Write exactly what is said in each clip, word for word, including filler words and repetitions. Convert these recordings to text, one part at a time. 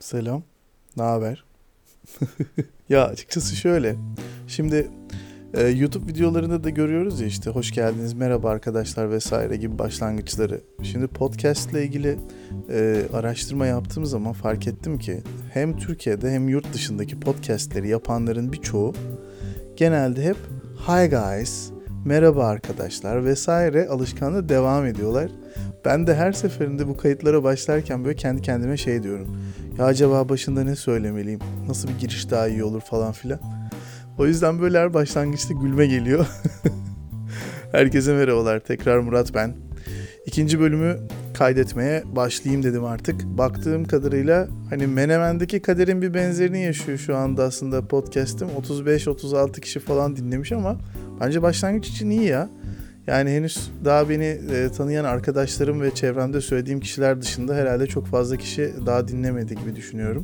Selam. Ne haber? Ya açıkçası şöyle. Şimdi e, YouTube videolarında da görüyoruz ya işte hoş geldiniz, merhaba arkadaşlar vesaire gibi başlangıçları. Şimdi podcast ile ilgili e, araştırma yaptığım zaman fark ettim ki hem Türkiye'de hem yurt dışındaki podcastleri yapanların birçoğu genelde hep hi guys, merhaba arkadaşlar vesaire alışkanlığı devam ediyorlar. Ben de her seferinde bu kayıtlara başlarken böyle kendi kendime şey diyorum. Ya acaba başında ne söylemeliyim? Nasıl bir giriş daha iyi olur falan filan. O yüzden böyle her başlangıçta gülme geliyor. Herkese merhabalar. Tekrar Murat ben. İkinci bölümü kaydetmeye başlayayım dedim artık. Baktığım kadarıyla hani Menemen'deki Kader'in bir benzerini yaşıyor şu anda aslında podcast'im. otuz beş otuz altı kişi falan dinlemiş ama bence başlangıç için iyi ya. Yani henüz daha beni e, tanıyan arkadaşlarım ve çevremde söylediğim kişiler dışında herhalde çok fazla kişi daha dinlemedi gibi düşünüyorum.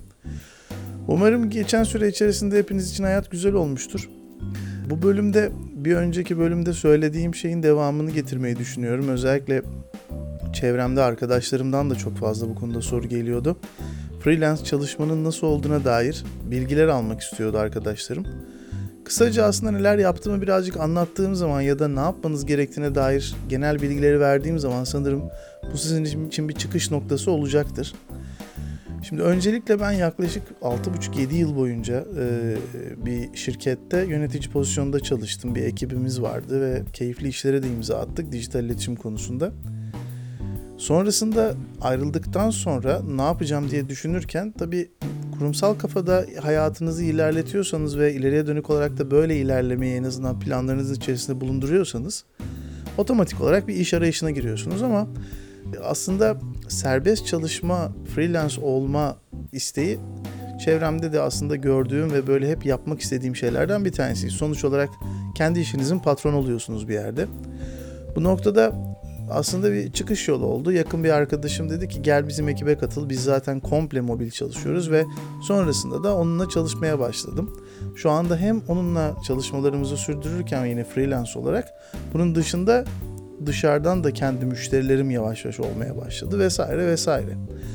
Umarım geçen süre içerisinde hepiniz için hayat güzel olmuştur. Bu bölümde bir önceki bölümde söylediğim şeyin devamını getirmeyi düşünüyorum. Özellikle çevremde arkadaşlarımdan da çok fazla bu konuda soru geliyordu. Freelance çalışmanın nasıl olduğuna dair bilgiler almak istiyordu arkadaşlarım. Kısaca aslında neler yaptığımı birazcık anlattığım zaman ya da ne yapmanız gerektiğine dair genel bilgileri verdiğim zaman sanırım bu sizin için bir çıkış noktası olacaktır. Şimdi öncelikle ben yaklaşık altı buçuk yedi yıl boyunca e, bir şirkette yönetici pozisyonunda çalıştım. Bir ekibimiz vardı ve keyifli işlere de imza attık dijital iletişim konusunda. Sonrasında ayrıldıktan sonra ne yapacağım diye düşünürken tabii kurumsal kafada hayatınızı ilerletiyorsanız ve ileriye dönük olarak da böyle ilerlemeyi en azından planlarınızın içerisinde bulunduruyorsanız otomatik olarak bir iş arayışına giriyorsunuz ama aslında serbest çalışma, freelance olma isteği çevremde de aslında gördüğüm ve böyle hep yapmak istediğim şeylerden bir tanesi. Sonuç olarak kendi işinizin patronu oluyorsunuz bir yerde. Bu noktada aslında bir çıkış yolu oldu. Yakın bir arkadaşım dedi ki gel bizim ekibe katıl. Biz zaten komple mobil çalışıyoruz ve sonrasında da onunla çalışmaya başladım. Şu anda hem onunla çalışmalarımızı sürdürürken yine freelance olarak bunun dışında dışarıdan da kendi müşterilerim yavaş yavaş olmaya başladı vesaire vesaire.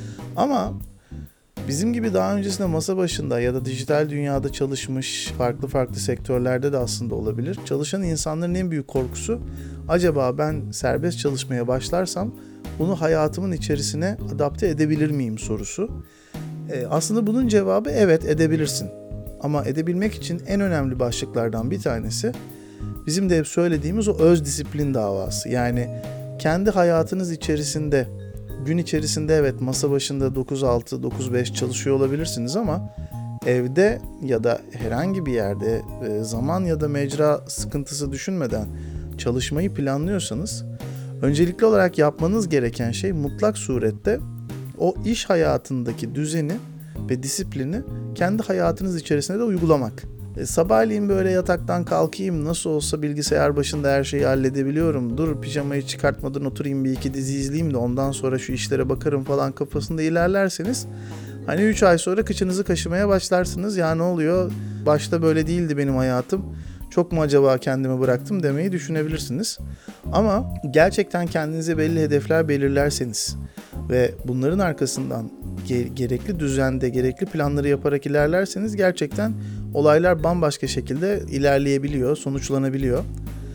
Ama bizim gibi daha öncesinde masa başında ya da dijital dünyada çalışmış farklı farklı sektörlerde de aslında olabilir. Çalışan insanların en büyük korkusu acaba ben serbest çalışmaya başlarsam bunu hayatımın içerisine adapte edebilir miyim sorusu. Ee, aslında bunun cevabı evet edebilirsin. Ama edebilmek için en önemli başlıklardan bir tanesi bizim de hep söylediğimiz o öz disiplin davası. Yani kendi hayatınız içerisinde gün içerisinde evet masa başında dokuz altı dokuz beş çalışıyor olabilirsiniz ama evde ya da herhangi bir yerde zaman ya da mecra sıkıntısı düşünmeden çalışmayı planlıyorsanız öncelikli olarak yapmanız gereken şey mutlak surette o iş hayatındaki düzeni ve disiplini kendi hayatınız içerisinde de uygulamak. E, sabahleyin böyle yataktan kalkayım nasıl olsa bilgisayar başında her şeyi halledebiliyorum. Dur pijamayı çıkartmadan oturayım bir iki dizi izleyeyim de ondan sonra şu işlere bakarım falan kafasında ilerlerseniz hani üç ay sonra kıçınızı kaşımaya başlarsınız. Ya ne oluyor? Başta böyle değildi benim hayatım. Çok mu acaba kendimi bıraktım demeyi düşünebilirsiniz. Ama gerçekten kendinize belli hedefler belirlerseniz ve bunların arkasından ge- gerekli düzende, gerekli planları yaparak ilerlerseniz gerçekten olaylar bambaşka şekilde ilerleyebiliyor, sonuçlanabiliyor.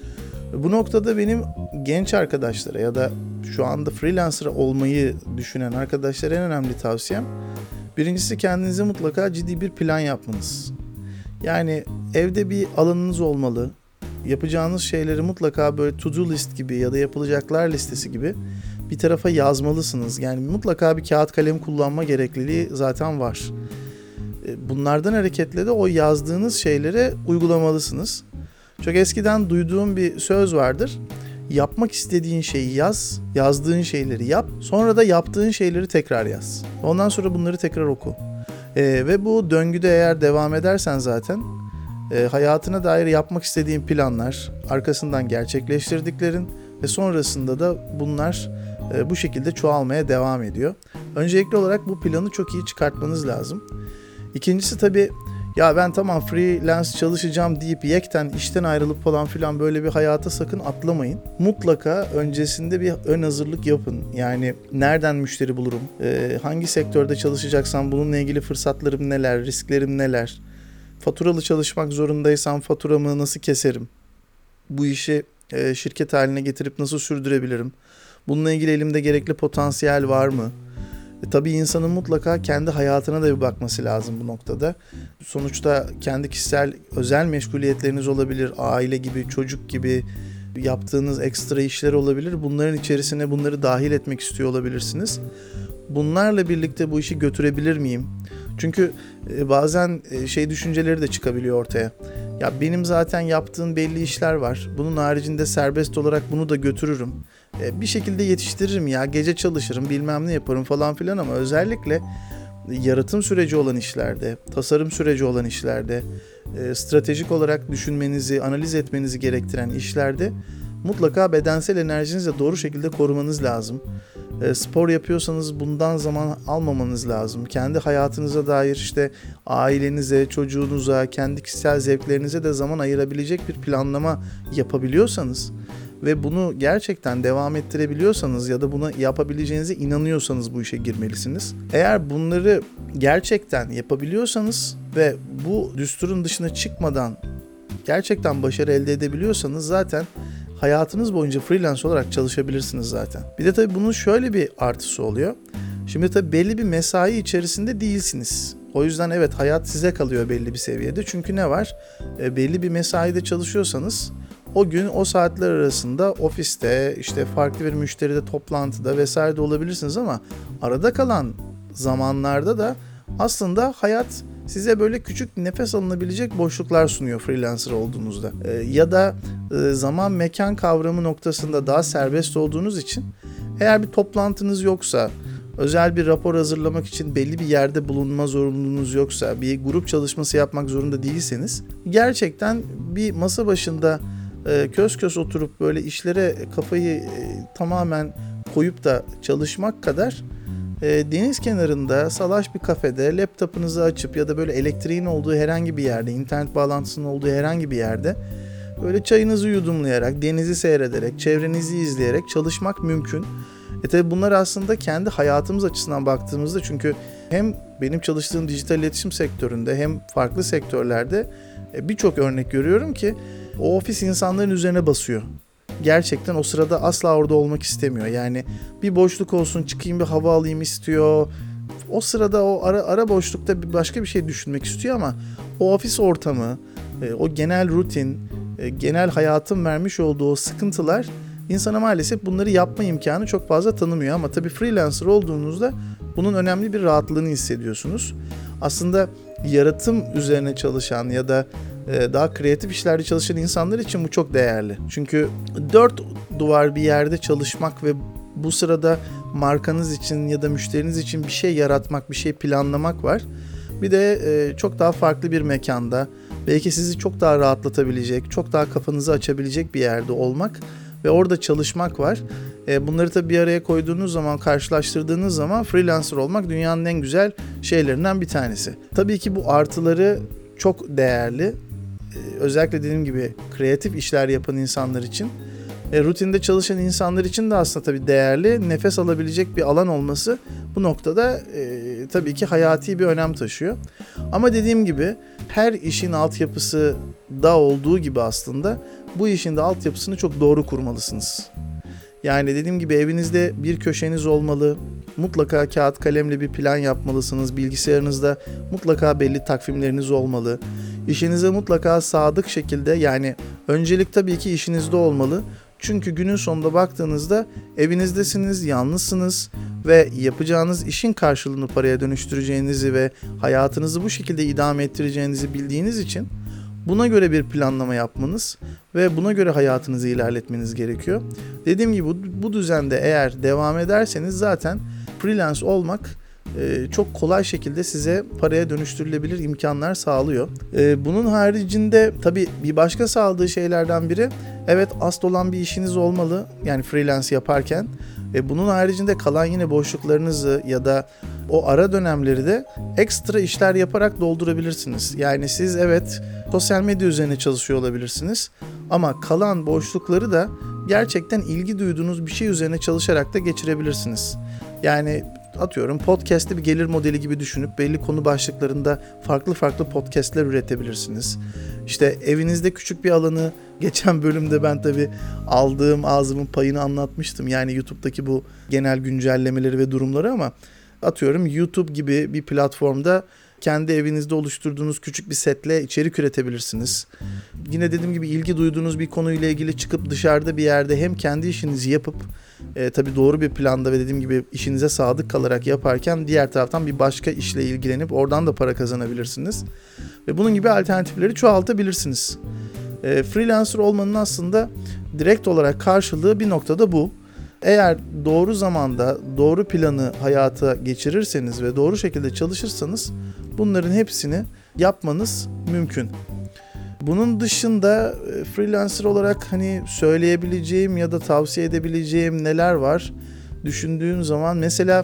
Bu noktada benim genç arkadaşlara ya da şu anda freelancer olmayı düşünen arkadaşlara en önemli tavsiyem birincisi kendinize mutlaka ciddi bir plan yapmanız. Yani evde bir alanınız olmalı. Yapacağınız şeyleri mutlaka böyle to-do list gibi ya da yapılacaklar listesi gibi bir tarafa yazmalısınız. Yani mutlaka bir kağıt kalem kullanma gerekliliği zaten var. Bunlardan hareketle de o yazdığınız şeyleri uygulamalısınız. Çok eskiden duyduğum bir söz vardır. Yapmak istediğin şeyi yaz, yazdığın şeyleri yap, sonra da yaptığın şeyleri tekrar yaz. Ondan sonra bunları tekrar oku. Ee, ve bu döngüde eğer devam edersen zaten e, hayatına dair yapmak istediğin planlar, arkasından gerçekleştirdiklerin ve sonrasında da bunlar e, bu şekilde çoğalmaya devam ediyor. Öncelikli olarak bu planı çok iyi çıkartmanız lazım. İkincisi tabii Ya ben tamam freelance çalışacağım deyip yekten işten ayrılıp falan filan böyle bir hayata sakın atlamayın. Mutlaka öncesinde bir ön hazırlık yapın. Yani nereden müşteri bulurum? Ee, hangi sektörde çalışacaksam bununla ilgili fırsatlarım neler, risklerim neler? Faturalı çalışmak zorundaysam faturamı nasıl keserim? Bu işi e, şirket haline getirip nasıl sürdürebilirim? Bununla ilgili elimde gerekli potansiyel var mı? E, tabii insanın mutlaka kendi hayatına da bir bakması lazım bu noktada. Sonuçta kendi kişisel özel meşguliyetleriniz olabilir. Aile gibi, çocuk gibi yaptığınız ekstra işler olabilir. Bunların içerisine bunları dahil etmek istiyor olabilirsiniz. Bunlarla birlikte bu işi götürebilir miyim? Çünkü e, bazen e, şey düşünceleri de çıkabiliyor ortaya. Ya benim zaten yaptığım belli işler var. Bunun haricinde serbest olarak bunu da götürürüm. E, bir şekilde yetiştiririm ya. Gece çalışırım, bilmem ne yaparım falan filan ama özellikle yaratım süreci olan işlerde, tasarım süreci olan işlerde, e, stratejik olarak düşünmenizi, analiz etmenizi gerektiren işlerde mutlaka bedensel enerjinizi de doğru şekilde korumanız lazım. E, spor yapıyorsanız bundan zaman almamanız lazım. Kendi hayatınıza dair işte ailenize, çocuğunuza, kendi kişisel zevklerinize de zaman ayırabilecek bir planlama yapabiliyorsanız ve bunu gerçekten devam ettirebiliyorsanız ya da bunu yapabileceğinize inanıyorsanız bu işe girmelisiniz. Eğer bunları gerçekten yapabiliyorsanız ve bu düsturun dışına çıkmadan gerçekten başarı elde edebiliyorsanız zaten hayatınız boyunca freelance olarak çalışabilirsiniz zaten. Bir de tabii bunun şöyle bir artısı oluyor. Şimdi tabii belli bir mesai içerisinde değilsiniz. O yüzden evet hayat size kalıyor belli bir seviyede. Çünkü ne var? E, belli bir mesaide çalışıyorsanız o gün o saatler arasında ofiste işte farklı bir müşteride toplantıda vesaire de olabilirsiniz ama arada kalan zamanlarda da aslında hayat size böyle küçük nefes alınabilecek boşluklar sunuyor freelancer olduğunuzda. Ee, ya da e, zaman mekan kavramı noktasında daha serbest olduğunuz için eğer bir toplantınız yoksa, özel bir rapor hazırlamak için belli bir yerde bulunma zorunluluğunuz yoksa, bir grup çalışması yapmak zorunda değilseniz gerçekten bir masa başında e, kös kös oturup böyle işlere kafayı e, tamamen koyup da çalışmak kadar E, deniz kenarında, salaş bir kafede, laptopunuzu açıp ya da böyle elektriğin olduğu herhangi bir yerde, internet bağlantısının olduğu herhangi bir yerde böyle çayınızı yudumlayarak, denizi seyrederek, çevrenizi izleyerek çalışmak mümkün. E tabi bunlar aslında kendi hayatımız açısından baktığımızda çünkü hem benim çalıştığım dijital iletişim sektöründe hem farklı sektörlerde e, birçok örnek görüyorum ki o ofis insanların üzerine basıyor. Gerçekten o sırada asla orada olmak istemiyor. Yani bir boşluk olsun, çıkayım bir hava alayım istiyor. O sırada o ara, ara boşlukta bir başka bir şey düşünmek istiyor ama o ofis ortamı, o genel rutin, genel hayatın vermiş olduğu o sıkıntılar insana maalesef bunları yapma imkanı çok fazla tanımıyor. Ama tabii freelancer olduğunuzda bunun önemli bir rahatlığını hissediyorsunuz. Aslında yaratım üzerine çalışan ya da daha kreatif işlerde çalışan insanlar için bu çok değerli. Çünkü dört duvar bir yerde çalışmak ve bu sırada markanız için ya da müşteriniz için bir şey yaratmak, bir şey planlamak var. Bir de çok daha farklı bir mekanda, belki sizi çok daha rahatlatabilecek, çok daha kafanızı açabilecek bir yerde olmak ve orada çalışmak var. Bunları tabii bir araya koyduğunuz zaman, karşılaştırdığınız zaman freelancer olmak dünyanın en güzel şeylerinden bir tanesi. Tabii ki bu artıları çok değerli. Özellikle dediğim gibi kreatif işler yapan insanlar için, e, rutinde çalışan insanlar için de aslında tabii değerli, nefes alabilecek bir alan olması bu noktada e, tabii ki hayati bir önem taşıyor. Ama dediğim gibi her işin altyapısı da olduğu gibi aslında bu işin de altyapısını çok doğru kurmalısınız. Yani dediğim gibi evinizde bir köşeniz olmalı, mutlaka kağıt kalemle bir plan yapmalısınız, bilgisayarınızda mutlaka belli takvimleriniz olmalı. İşinize mutlaka sadık şekilde, yani öncelik tabii ki işinizde olmalı. Çünkü günün sonunda baktığınızda evinizdesiniz, yalnızsınız ve yapacağınız işin karşılığını paraya dönüştüreceğinizi ve hayatınızı bu şekilde idame ettireceğinizi bildiğiniz için buna göre bir planlama yapmanız ve buna göre hayatınızı ilerletmeniz gerekiyor. Dediğim gibi bu, bu düzende eğer devam ederseniz zaten freelance olmak çok kolay şekilde size paraya dönüştürülebilir imkanlar sağlıyor. Bunun haricinde tabii bir başka sağladığı şeylerden biri Evet, asıl olan bir işiniz olmalı yani freelance yaparken. Ve bunun haricinde kalan yine boşluklarınızı ya da o ara dönemleri de ekstra işler yaparak doldurabilirsiniz. Yani siz evet sosyal medya üzerine çalışıyor olabilirsiniz ama kalan boşlukları da gerçekten ilgi duyduğunuz bir şey üzerine çalışarak da geçirebilirsiniz. Yani atıyorum podcast'te bir gelir modeli gibi düşünüp belli konu başlıklarında farklı farklı podcast'ler üretebilirsiniz. İşte evinizde küçük bir alanı, geçen bölümde ben tabii aldığım ağzımın payını anlatmıştım. Yani YouTube'daki bu genel güncellemeleri ve durumları ama atıyorum YouTube gibi bir platformda kendi evinizde oluşturduğunuz küçük bir setle içerik üretebilirsiniz. Yine dediğim gibi ilgi duyduğunuz bir konuyla ilgili çıkıp dışarıda bir yerde hem kendi işinizi yapıp e, tabii doğru bir planda ve dediğim gibi işinize sadık kalarak yaparken diğer taraftan bir başka işle ilgilenip oradan da para kazanabilirsiniz. Ve bunun gibi alternatifleri çoğaltabilirsiniz. E, freelancer olmanın aslında direkt olarak karşılığı bir noktada bu. Eğer doğru zamanda doğru planı hayata geçirirseniz ve doğru şekilde çalışırsanız bunların hepsini yapmanız mümkün. Bunun dışında freelancer olarak hani söyleyebileceğim ya da tavsiye edebileceğim neler var düşündüğün zaman mesela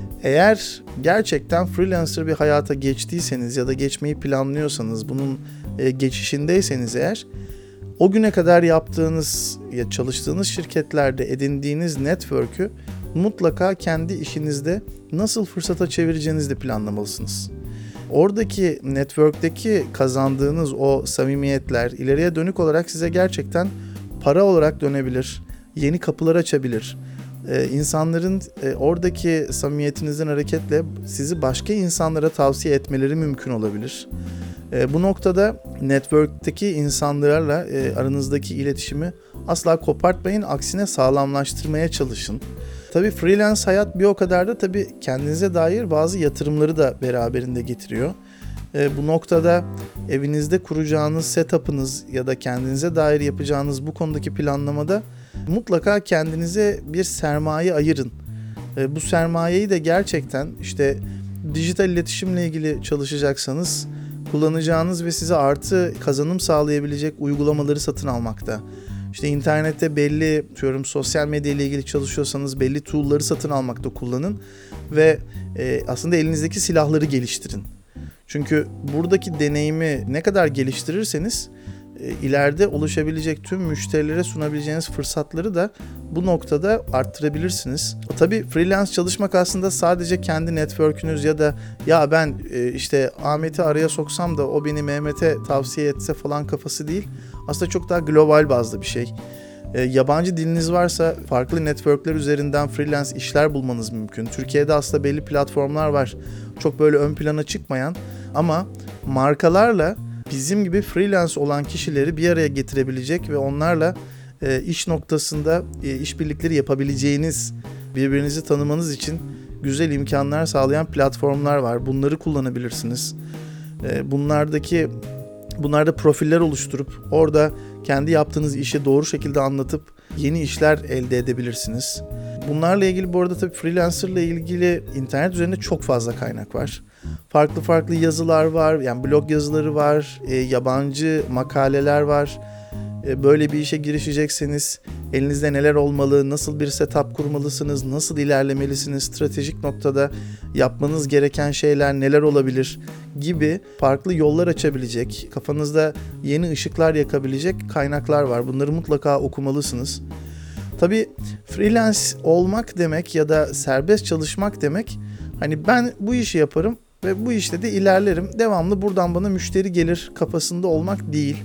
eğer gerçekten freelancer bir hayata geçtiyseniz ya da geçmeyi planlıyorsanız bunun geçişindeyseniz eğer o güne kadar yaptığınız ya çalıştığınız şirketlerde edindiğiniz network'ü mutlaka kendi işinizde nasıl fırsata çevireceğinizi de planlamalısınız. Oradaki network'teki kazandığınız o samimiyetler ileriye dönük olarak size gerçekten para olarak dönebilir, yeni kapılar açabilir. Ee, insanların e, oradaki samimiyetinizden hareketle sizi başka insanlara tavsiye etmeleri mümkün olabilir. E, bu noktada network'teki insanlarla e, aranızdaki iletişimi asla kopartmayın, aksine sağlamlaştırmaya çalışın. Tabii freelance hayat bir o kadar da tabii kendinize dair bazı yatırımları da beraberinde getiriyor. E, bu noktada evinizde kuracağınız setup'ınız ya da kendinize dair yapacağınız bu konudaki planlamada mutlaka kendinize bir sermaye ayırın. E, bu sermayeyi de gerçekten işte dijital iletişimle ilgili çalışacaksanız kullanacağınız ve size artı kazanım sağlayabilecek uygulamaları satın almakta. İşte internette belli diyorum sosyal medya ile ilgili çalışıyorsanız belli tool'ları satın almakta kullanın ve e, aslında elinizdeki silahları geliştirin. Çünkü buradaki deneyimi ne kadar geliştirirseniz e, ileride oluşabilecek tüm müşterilere sunabileceğiniz fırsatları da bu noktada arttırabilirsiniz. Tabii freelance çalışmak aslında sadece kendi network'ünüz ya da ya ben e, işte Ahmet'i araya soksam da o beni Mehmet'e tavsiye etse falan kafası değil. Aslında çok daha global bazlı bir şey. E, yabancı diliniz varsa farklı network'ler üzerinden freelance işler bulmanız mümkün. Türkiye'de aslında belli platformlar var. Çok böyle ön plana çıkmayan ama markalarla bizim gibi freelance olan kişileri bir araya getirebilecek ve onlarla e, iş noktasında e, işbirlikleri yapabileceğiniz, birbirinizi tanımanız için güzel imkanlar sağlayan platformlar var. Bunları kullanabilirsiniz. E, bunlardaki bunlarda profiller oluşturup orada kendi yaptığınız işi doğru şekilde anlatıp yeni işler elde edebilirsiniz. Bunlarla ilgili bu arada tabii freelancer'la ilgili internet üzerinde çok fazla kaynak var. Farklı farklı yazılar var, yani blog yazıları var, e, yabancı makaleler var. E, böyle bir işe girişecekseniz elinizde neler olmalı, nasıl bir setup kurmalısınız, nasıl ilerlemelisiniz, stratejik noktada yapmanız gereken şeyler neler olabilir gibi farklı yollar açabilecek, kafanızda yeni ışıklar yakabilecek kaynaklar var. Bunları mutlaka okumalısınız. Tabii freelance olmak demek ya da serbest çalışmak demek, hani ben bu işi yaparım ve bu işte de ilerlerim, devamlı buradan bana müşteri gelir kafasında olmak değil.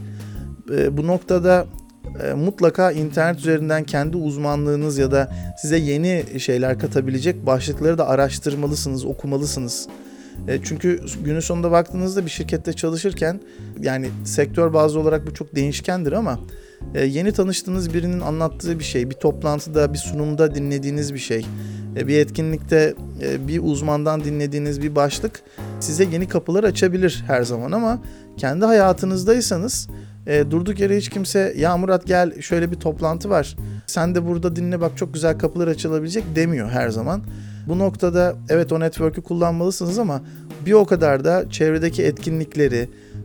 E, bu noktada e, mutlaka internet üzerinden kendi uzmanlığınız ya da size yeni şeyler katabilecek başlıkları da araştırmalısınız, okumalısınız. E, çünkü günün sonunda baktığınızda bir şirkette çalışırken, yani sektör bazlı olarak bu çok değişkendir ama e, yeni tanıştığınız birinin anlattığı bir şey, bir toplantıda, bir sunumda dinlediğiniz bir şey, e, bir etkinlikte e, bir uzmandan dinlediğiniz bir başlık size yeni kapılar açabilir her zaman ama kendi hayatınızdaysanız E, durduk yere hiç kimse ya Murat gel şöyle bir toplantı var, sen de burada dinle bak çok güzel kapılar açılabilecek demiyor her zaman. Bu noktada evet o network'ü kullanmalısınız ama bir o kadar da çevredeki etkinlikleri,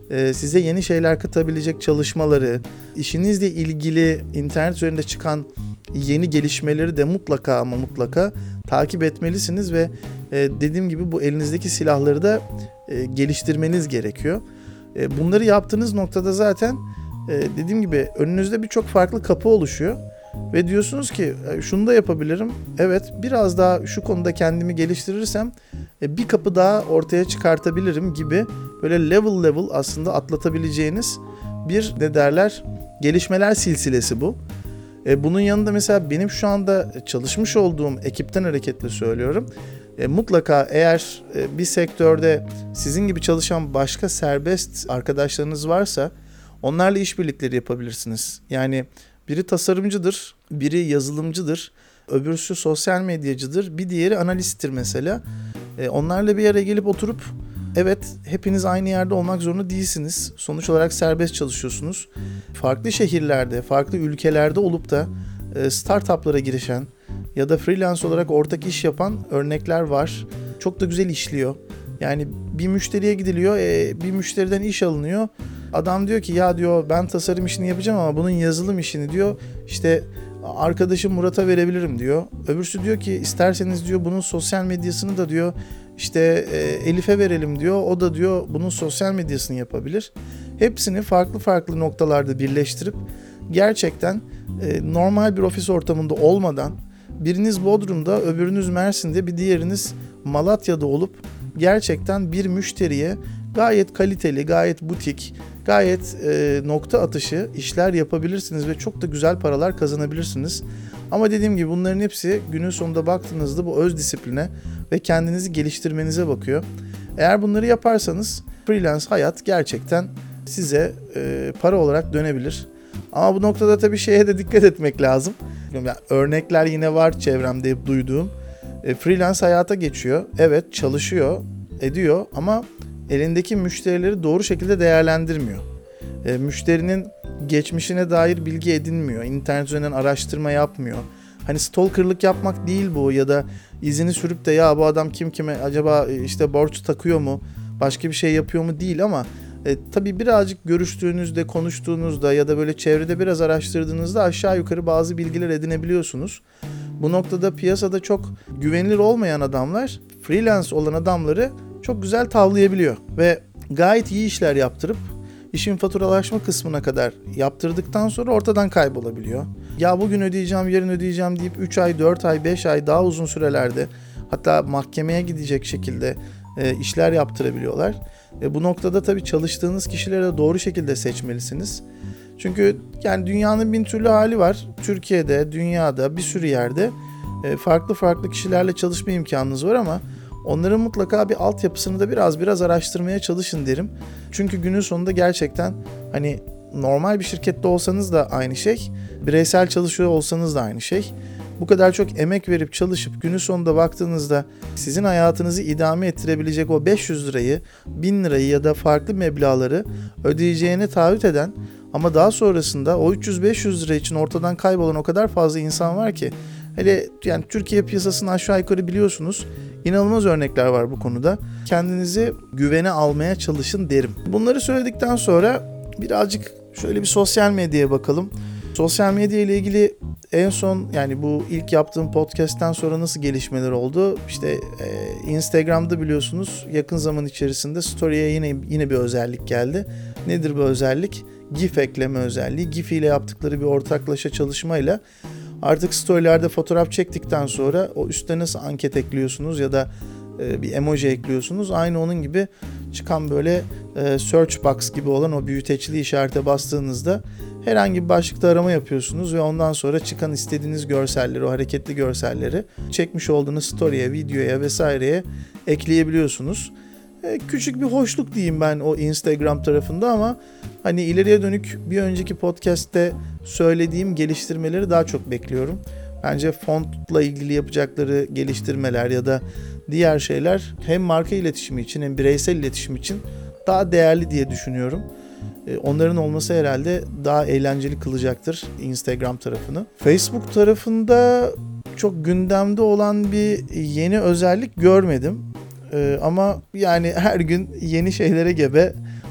e, size yeni şeyler katabilecek çalışmaları, işinizle ilgili internet üzerinde çıkan yeni gelişmeleri de mutlaka ama mutlaka takip etmelisiniz ve e, dediğim gibi bu elinizdeki silahları da e, geliştirmeniz gerekiyor. E, bunları yaptığınız noktada zaten e, dediğim gibi önünüzde birçok farklı kapı oluşuyor. Ve diyorsunuz ki şunu da yapabilirim. Evet, biraz daha şu konuda kendimi geliştirirsem bir kapı daha ortaya çıkartabilirim gibi böyle level level aslında atlatabileceğiniz bir ne derler gelişmeler silsilesi bu. Bunun yanında mesela benim şu anda çalışmış olduğum ekipten hareketle söylüyorum. Mutlaka eğer bir sektörde sizin gibi çalışan başka serbest arkadaşlarınız varsa onlarla işbirlikleri yapabilirsiniz. Yani biri tasarımcıdır, biri yazılımcıdır, öbürsü sosyal medyacıdır, bir diğeri analisttir mesela. E, onlarla bir yere gelip oturup, evet hepiniz aynı yerde olmak zorunda değilsiniz. Sonuç olarak serbest çalışıyorsunuz. Farklı şehirlerde, farklı ülkelerde olup da e, startuplara girişen ya da freelance olarak ortak iş yapan örnekler var. Çok da güzel işliyor. Yani bir müşteriye gidiliyor, e, bir müşteriden iş alınıyor. Adam diyor ki ya diyor ben tasarım işini yapacağım ama bunun yazılım işini diyor işte arkadaşım Murat'a verebilirim diyor. Öbürsü diyor ki isterseniz diyor bunun sosyal medyasını da diyor işte e, Elif'e verelim diyor. O da diyor bunun sosyal medyasını yapabilir. Hepsini farklı farklı noktalarda birleştirip gerçekten e, normal bir ofis ortamında olmadan biriniz Bodrum'da öbürünüz Mersin'de bir diğeriniz Malatya'da olup gerçekten bir müşteriye gayet kaliteli, gayet butik, gayet e, nokta atışı işler yapabilirsiniz ve çok da güzel paralar kazanabilirsiniz. Ama dediğim gibi bunların hepsi günün sonunda baktığınızda bu öz disipline ve kendinizi geliştirmenize bakıyor. Eğer bunları yaparsanız freelance hayat gerçekten size e, para olarak dönebilir. Ama bu noktada tabii şeye de dikkat etmek lazım. Yani örnekler yine var çevremde hep duyduğum. E, freelance hayata geçiyor. Evet çalışıyor, ediyor ama elindeki müşterileri doğru şekilde değerlendirmiyor. E, müşterinin geçmişine dair bilgi edinmiyor. İnternet üzerinden araştırma yapmıyor. Hani stalkerlık yapmak değil bu ya da izini sürüp de ya bu adam kim kime acaba işte borç takıyor mu, başka bir şey yapıyor mu değil ama e, tabii birazcık görüştüğünüzde, konuştuğunuzda ya da böyle çevrede biraz araştırdığınızda aşağı yukarı bazı bilgiler edinebiliyorsunuz. Bu noktada piyasada çok güvenilir olmayan adamlar freelance olan adamları çok güzel tavlayabiliyor ve gayet iyi işler yaptırıp işin faturalaşma kısmına kadar yaptırdıktan sonra ortadan kaybolabiliyor. Ya bugün ödeyeceğim, yarın ödeyeceğim deyip üç ay, dört ay, beş ay daha uzun sürelerde hatta mahkemeye gidecek şekilde e, işler yaptırabiliyorlar. E, bu noktada tabii çalıştığınız kişileri de doğru şekilde seçmelisiniz. Çünkü yani dünyanın bin türlü hali var. Türkiye'de, dünyada bir sürü yerde e, farklı farklı kişilerle çalışma imkanınız var ama onların mutlaka bir altyapısını da biraz biraz araştırmaya çalışın derim. Çünkü günün sonunda gerçekten hani normal bir şirkette olsanız da aynı şey, bireysel çalışıyor olsanız da aynı şey. Bu kadar çok emek verip çalışıp günün sonunda baktığınızda sizin hayatınızı idame ettirebilecek o beş yüz lirayı, bin lirayı ya da farklı meblağları ödeyeceğine taahhüt eden ama daha sonrasında o üç yüz beş yüz lira için ortadan kaybolan o kadar fazla insan var ki hele yani Türkiye piyasasını aşağı yukarı biliyorsunuz. İnanılmaz örnekler var bu konuda. Kendinizi güvene almaya çalışın derim. Bunları söyledikten sonra birazcık şöyle bir sosyal medyaya bakalım. Sosyal medya ile ilgili en son yani bu ilk yaptığım podcast'ten sonra nasıl gelişmeler oldu? İşte e, Instagram'da biliyorsunuz yakın zaman içerisinde story'e yine yine bir özellik geldi. Nedir bu özellik? GIF ekleme özelliği. GIF ile yaptıkları bir ortaklaşa çalışmayla artık storylerde fotoğraf çektikten sonra o üstte nasıl anket ekliyorsunuz ya da e, bir emoji ekliyorsunuz. Aynı onun gibi çıkan böyle e, search box gibi olan o büyüteçli işarete bastığınızda herhangi bir başlıkta arama yapıyorsunuz ve ondan sonra çıkan istediğiniz görselleri, o hareketli görselleri çekmiş olduğunuz story'e, videoya vesaireye ekleyebiliyorsunuz. E, küçük bir hoşluk diyeyim ben o Instagram tarafında ama hani ileriye dönük bir önceki podcast'te söylediğim geliştirmeleri daha çok bekliyorum. Bence fontla ilgili yapacakları geliştirmeler ya da diğer şeyler hem marka iletişimi için hem bireysel iletişim için daha değerli diye düşünüyorum. Onların olması herhalde daha eğlenceli kılacaktır Instagram tarafını. Facebook tarafında çok gündemde olan bir yeni özellik görmedim. Ama yani her gün yeni şeylere gebe.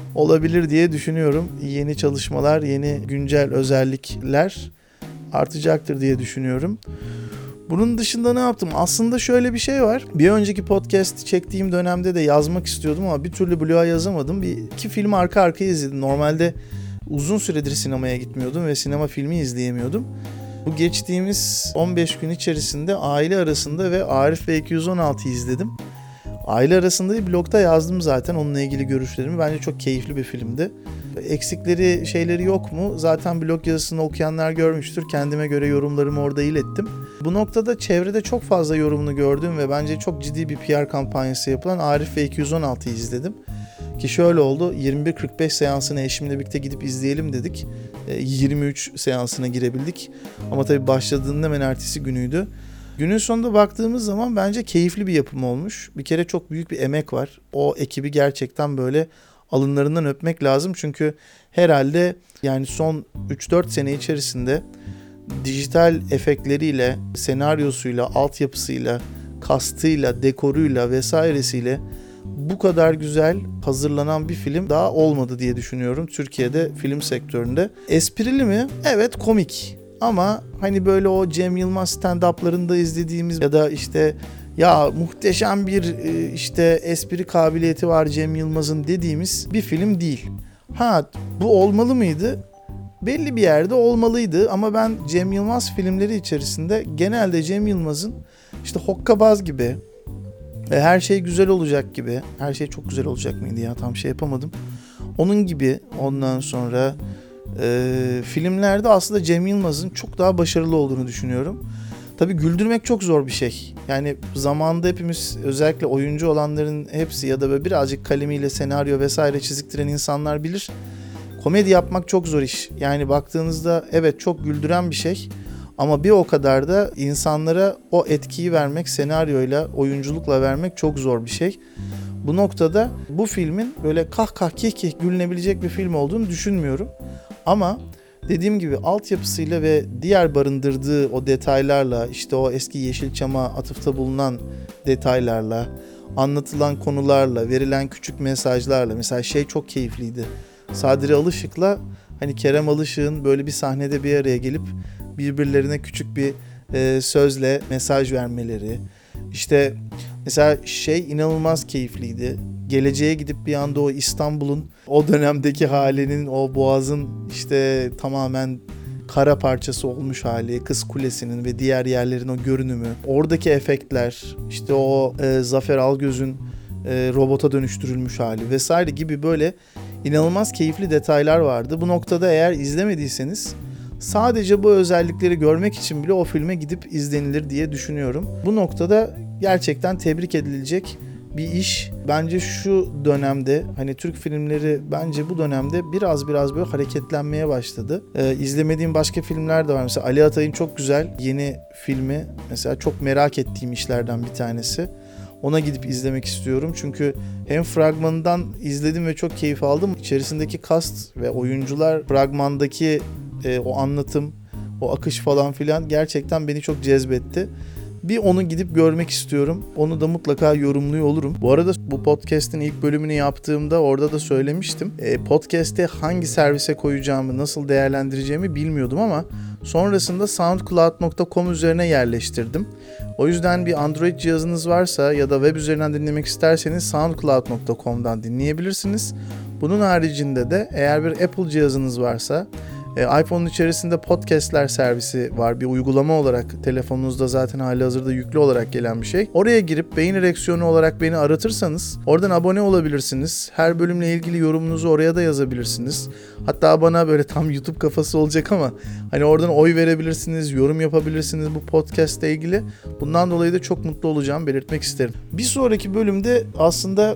olabilir diye düşünüyorum. Yeni çalışmalar, yeni güncel özellikler artacaktır diye düşünüyorum. Bunun dışında ne yaptım? Aslında şöyle bir şey var. Bir önceki podcast çektiğim dönemde de yazmak istiyordum ama bir türlü bloğa yazamadım. Bir iki film arka arkaya izledim. Normalde uzun süredir sinemaya gitmiyordum ve sinema filmi izleyemiyordum. Bu geçtiğimiz on beş gün içerisinde Aile Arasında ve Arif ve iki yüz on altıyı izledim. Aile Arasında'yı blogda yazdım zaten, onunla ilgili görüşlerimi. Bence çok keyifli bir filmdi. Eksikleri, şeyleri yok mu? Zaten blog yazısını okuyanlar görmüştür. Kendime göre yorumlarımı orada ilettim. Bu noktada çevrede çok fazla yorumunu gördüğüm ve bence çok ciddi bir P R kampanyası yapılan Arif ve iki yüz on altıyı izledim. Ki şöyle oldu, yirmi bir kırk beş seansını eşimle birlikte gidip izleyelim dedik. yirmi üç seansına girebildik. Ama tabii başladığında hemen ertesi günüydü. Günün sonunda baktığımız zaman bence keyifli bir yapım olmuş. Bir kere çok büyük bir emek var. O ekibi gerçekten böyle alınlarından öpmek lazım. Çünkü herhalde yani son üç dört sene içerisinde dijital efektleriyle, senaryosuyla, altyapısıyla, kastıyla, dekoruyla vesairesiyle bu kadar güzel hazırlanan bir film daha olmadı diye düşünüyorum Türkiye'de film sektöründe. Esprili mi? Evet, komik. Ama hani böyle o Cem Yılmaz stand-up'larında izlediğimiz ya da işte ya muhteşem bir işte espri kabiliyeti var Cem Yılmaz'ın dediğimiz bir film değil. Ha, bu olmalı mıydı? Belli bir yerde olmalıydı ama ben Cem Yılmaz filmleri içerisinde genelde Cem Yılmaz'ın işte hokkabaz gibi, her şey güzel olacak gibi, her şey çok güzel olacak mıydı ya, tam şey yapamadım. Onun gibi ondan sonra e, filmlerde aslında Cem Yılmaz'ın çok daha başarılı olduğunu düşünüyorum. Tabii güldürmek çok zor bir şey. Yani zamanında hepimiz, özellikle oyuncu olanların hepsi ya da böyle birazcık kalemiyle senaryo vesaire çiziktiren insanlar bilir. Komedi yapmak çok zor iş. Yani baktığınızda evet çok güldüren bir şey. Ama bir o kadar da insanlara o etkiyi vermek, senaryoyla, oyunculukla vermek çok zor bir şey. Bu noktada bu filmin böyle kah kah kih kih gülünebilecek bir film olduğunu düşünmüyorum. Ama dediğim gibi altyapısıyla ve diğer barındırdığı o detaylarla, işte o eski Yeşilçam'a atıfta bulunan detaylarla, anlatılan konularla, verilen küçük mesajlarla, mesela şey çok keyifliydi. Sadri Alışık'la hani Kerem Alışık'ın böyle bir sahnede bir araya gelip birbirlerine küçük bir e, sözle mesaj vermeleri. İşte mesela şey inanılmaz keyifliydi. Geleceğe gidip bir anda o İstanbul'un o dönemdeki halinin, o boğazın işte tamamen kara parçası olmuş hali, Kız Kulesi'nin ve diğer yerlerin o görünümü, oradaki efektler, işte o e, Zafer Algöz'ün e, robota dönüştürülmüş hali vesaire gibi böyle inanılmaz keyifli detaylar vardı. Bu noktada eğer izlemediyseniz sadece bu özellikleri görmek için bile o filme gidip izlenilir diye düşünüyorum. Bu noktada gerçekten tebrik edilecek bir iş. Bence şu dönemde hani Türk filmleri bence bu dönemde biraz biraz böyle hareketlenmeye başladı. Ee, izlemediğim başka filmler de var. Mesela Ali Atay'ın çok güzel yeni filmi. Mesela çok merak ettiğim işlerden bir tanesi. Ona gidip izlemek istiyorum. Çünkü hem fragmanından izledim ve çok keyif aldım. İçerisindeki cast ve oyuncular, fragmandaki e, o anlatım, o akış falan filan gerçekten beni çok cezbetti. Bir onu gidip görmek istiyorum. Onu da mutlaka yorumluyor olurum. Bu arada bu podcast'in ilk bölümünü yaptığımda orada da söylemiştim. E, podcast'e hangi servise koyacağımı, nasıl değerlendireceğimi bilmiyordum ama sonrasında soundcloud nokta com üzerine yerleştirdim. O yüzden bir Android cihazınız varsa ya da web üzerinden dinlemek isterseniz soundcloud nokta com'dan dinleyebilirsiniz. Bunun haricinde de eğer bir Apple cihazınız varsa E, iPhone'un içerisinde podcastler servisi var. Bir uygulama olarak telefonunuzda zaten halihazırda yüklü olarak gelen bir şey. Oraya girip beyin ereksiyonu olarak beni aratırsanız oradan abone olabilirsiniz. Her bölümle ilgili yorumunuzu oraya da yazabilirsiniz. Hatta bana böyle tam YouTube kafası olacak ama hani oradan oy verebilirsiniz, yorum yapabilirsiniz bu podcast ile ilgili. Bundan dolayı da çok mutlu olacağım, belirtmek isterim. Bir sonraki bölümde aslında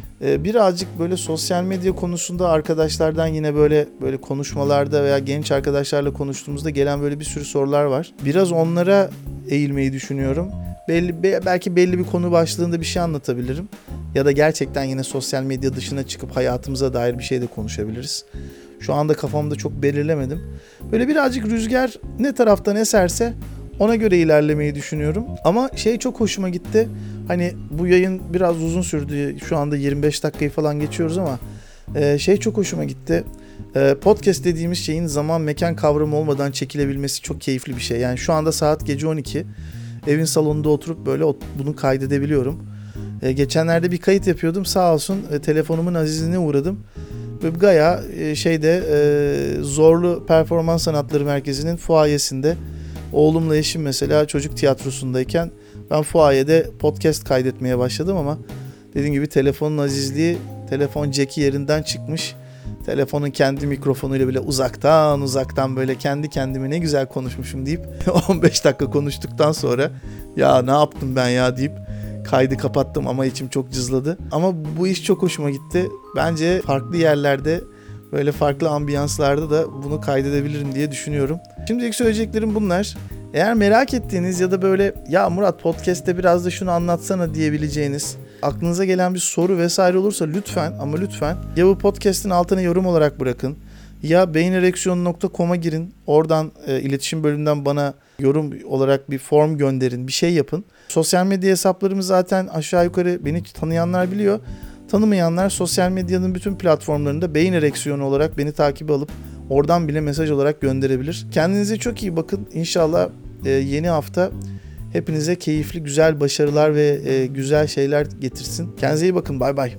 birazcık böyle sosyal medya konusunda arkadaşlardan yine böyle böyle konuşmalarda veya genç arkadaşlarla konuştuğumuzda gelen böyle bir sürü sorular var. Biraz onlara eğilmeyi düşünüyorum. Belli belki belli bir konu başlığında bir şey anlatabilirim. Ya da gerçekten yine sosyal medya dışına çıkıp hayatımıza dair bir şey de konuşabiliriz. Şu anda kafamda çok belirlemedim. Böyle birazcık rüzgar ne taraftan eserse ona göre ilerlemeyi düşünüyorum. Ama şey çok hoşuma gitti. Hani bu yayın biraz uzun sürdü. Şu anda yirmi beş dakikayı falan geçiyoruz ama Ee, şey çok hoşuma gitti. Ee, podcast dediğimiz şeyin zaman mekan kavramı olmadan çekilebilmesi çok keyifli bir şey. Yani şu anda saat gece on iki. Evin salonunda oturup böyle bunu kaydedebiliyorum. Ee, geçenlerde bir kayıt yapıyordum. Sağ olsun e, telefonumun azizliğine uğradım. Ve gaya e, şeyde e, Zorlu Performans Sanatları Merkezi'nin fuayesinde oğlumla eşim mesela çocuk tiyatrosundayken ben fuayede podcast kaydetmeye başladım ama dediğim gibi telefonun azizliği, telefon jack'i yerinden çıkmış. Telefonun kendi mikrofonuyla bile uzaktan uzaktan böyle kendi kendime ne güzel konuşmuşum deyip on beş dakika konuştuktan sonra ya ne yaptım ben ya deyip kaydı kapattım ama içim çok cızladı. Ama bu iş çok hoşuma gitti. Bence farklı yerlerde, böyle farklı ambiyanslarda da bunu kaydedebilirim diye düşünüyorum. Şimdilik söyleyeceklerim bunlar. Eğer merak ettiğiniz ya da böyle ya Murat podcast'te biraz da şunu anlatsana diyebileceğiniz, aklınıza gelen bir soru vesaire olursa lütfen ama lütfen ya bu podcast'in altına yorum olarak bırakın ya beyinereksiyon nokta com'a girin. Oradan e, iletişim bölümünden bana yorum olarak bir form gönderin, bir şey yapın. Sosyal medya hesaplarımı zaten aşağı yukarı beni tanıyanlar biliyor. Tanımayanlar sosyal medyanın bütün platformlarında beyin ereksiyonu olarak beni takibe alıp oradan bile mesaj olarak gönderebilir. Kendinize çok iyi bakın. İnşallah e, yeni hafta hepinize keyifli, güzel başarılar ve e, güzel şeyler getirsin. Kendinize iyi bakın. Bay bay.